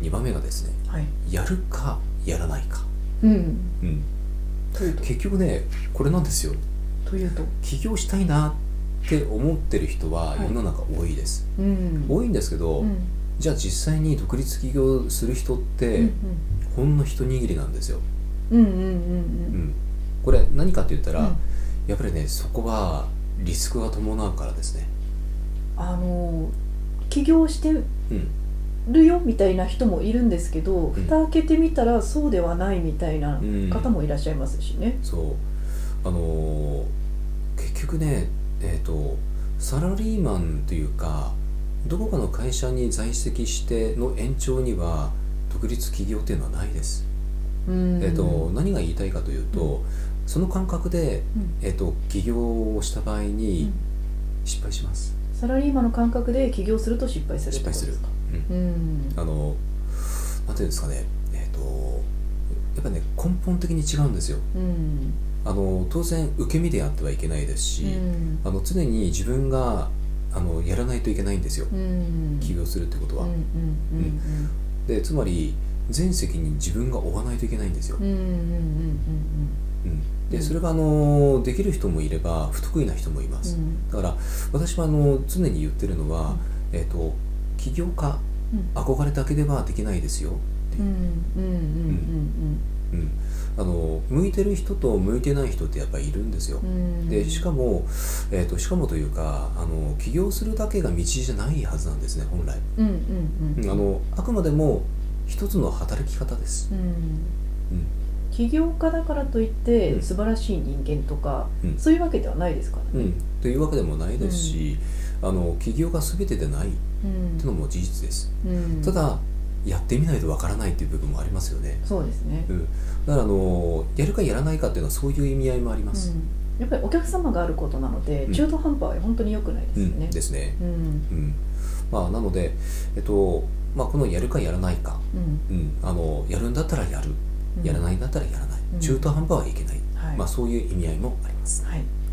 番目がですね、 はい、 やるかやらないか。 というと結局ねこれなんですよ。 というと起業したいなって思ってる人は世の中多いです、多いんですけど、じゃあ実際に独立起業する人って、ほんの一握りなんですよ。これ何かって言ったら、やっぱりねそこはリスクが伴うからですね。 起業してるよみたいな人もいるんですけど、蓋開けてみたらそうではないみたいな方もいらっしゃいますしね。 そう結局ねサラリーマンというかどこかの会社に在籍しての延長には独立起業っていうのはないです。何が言いたいかというと、その感覚で、起業をした場合に失敗します。 サラリーマンの感覚で起業すると失敗するってことですか。 なんていうんですかね、やっぱりね根本的に違うんですよ。当然受け身でやってはいけないですし、常に自分がやらないといけないんですよ、起業するってことは。でつまり全責任自分が負わないといけないんですよ。でそれができる人もいれば不得意な人もいます。だから私は常に言ってるのは、起業家、憧れだけではできないですよって向いてる人と向いてない人ってやっぱりいるんですよ。でしかもというか起業するだけが道じゃないはずなんですね本来。あくまでも一つの働き方です。 起業家だからといって素晴らしい人間とか、そういうわけではないですからね。 というわけでもないですし、起業が全てでないっていうのも事実です。ただやってみないとわからないっていう部分もありますよね。 そうですね。 だからやるかやらないかっていうのはそういう意味合いもあります。 やっぱりお客様があることなので、中途半端は本当に良くないですよね。 ですね。なのでこのやるかやらないか、やるんだったらやる、やらないんだったらやらない、中途半端はいけない、そういう意味合いもあります。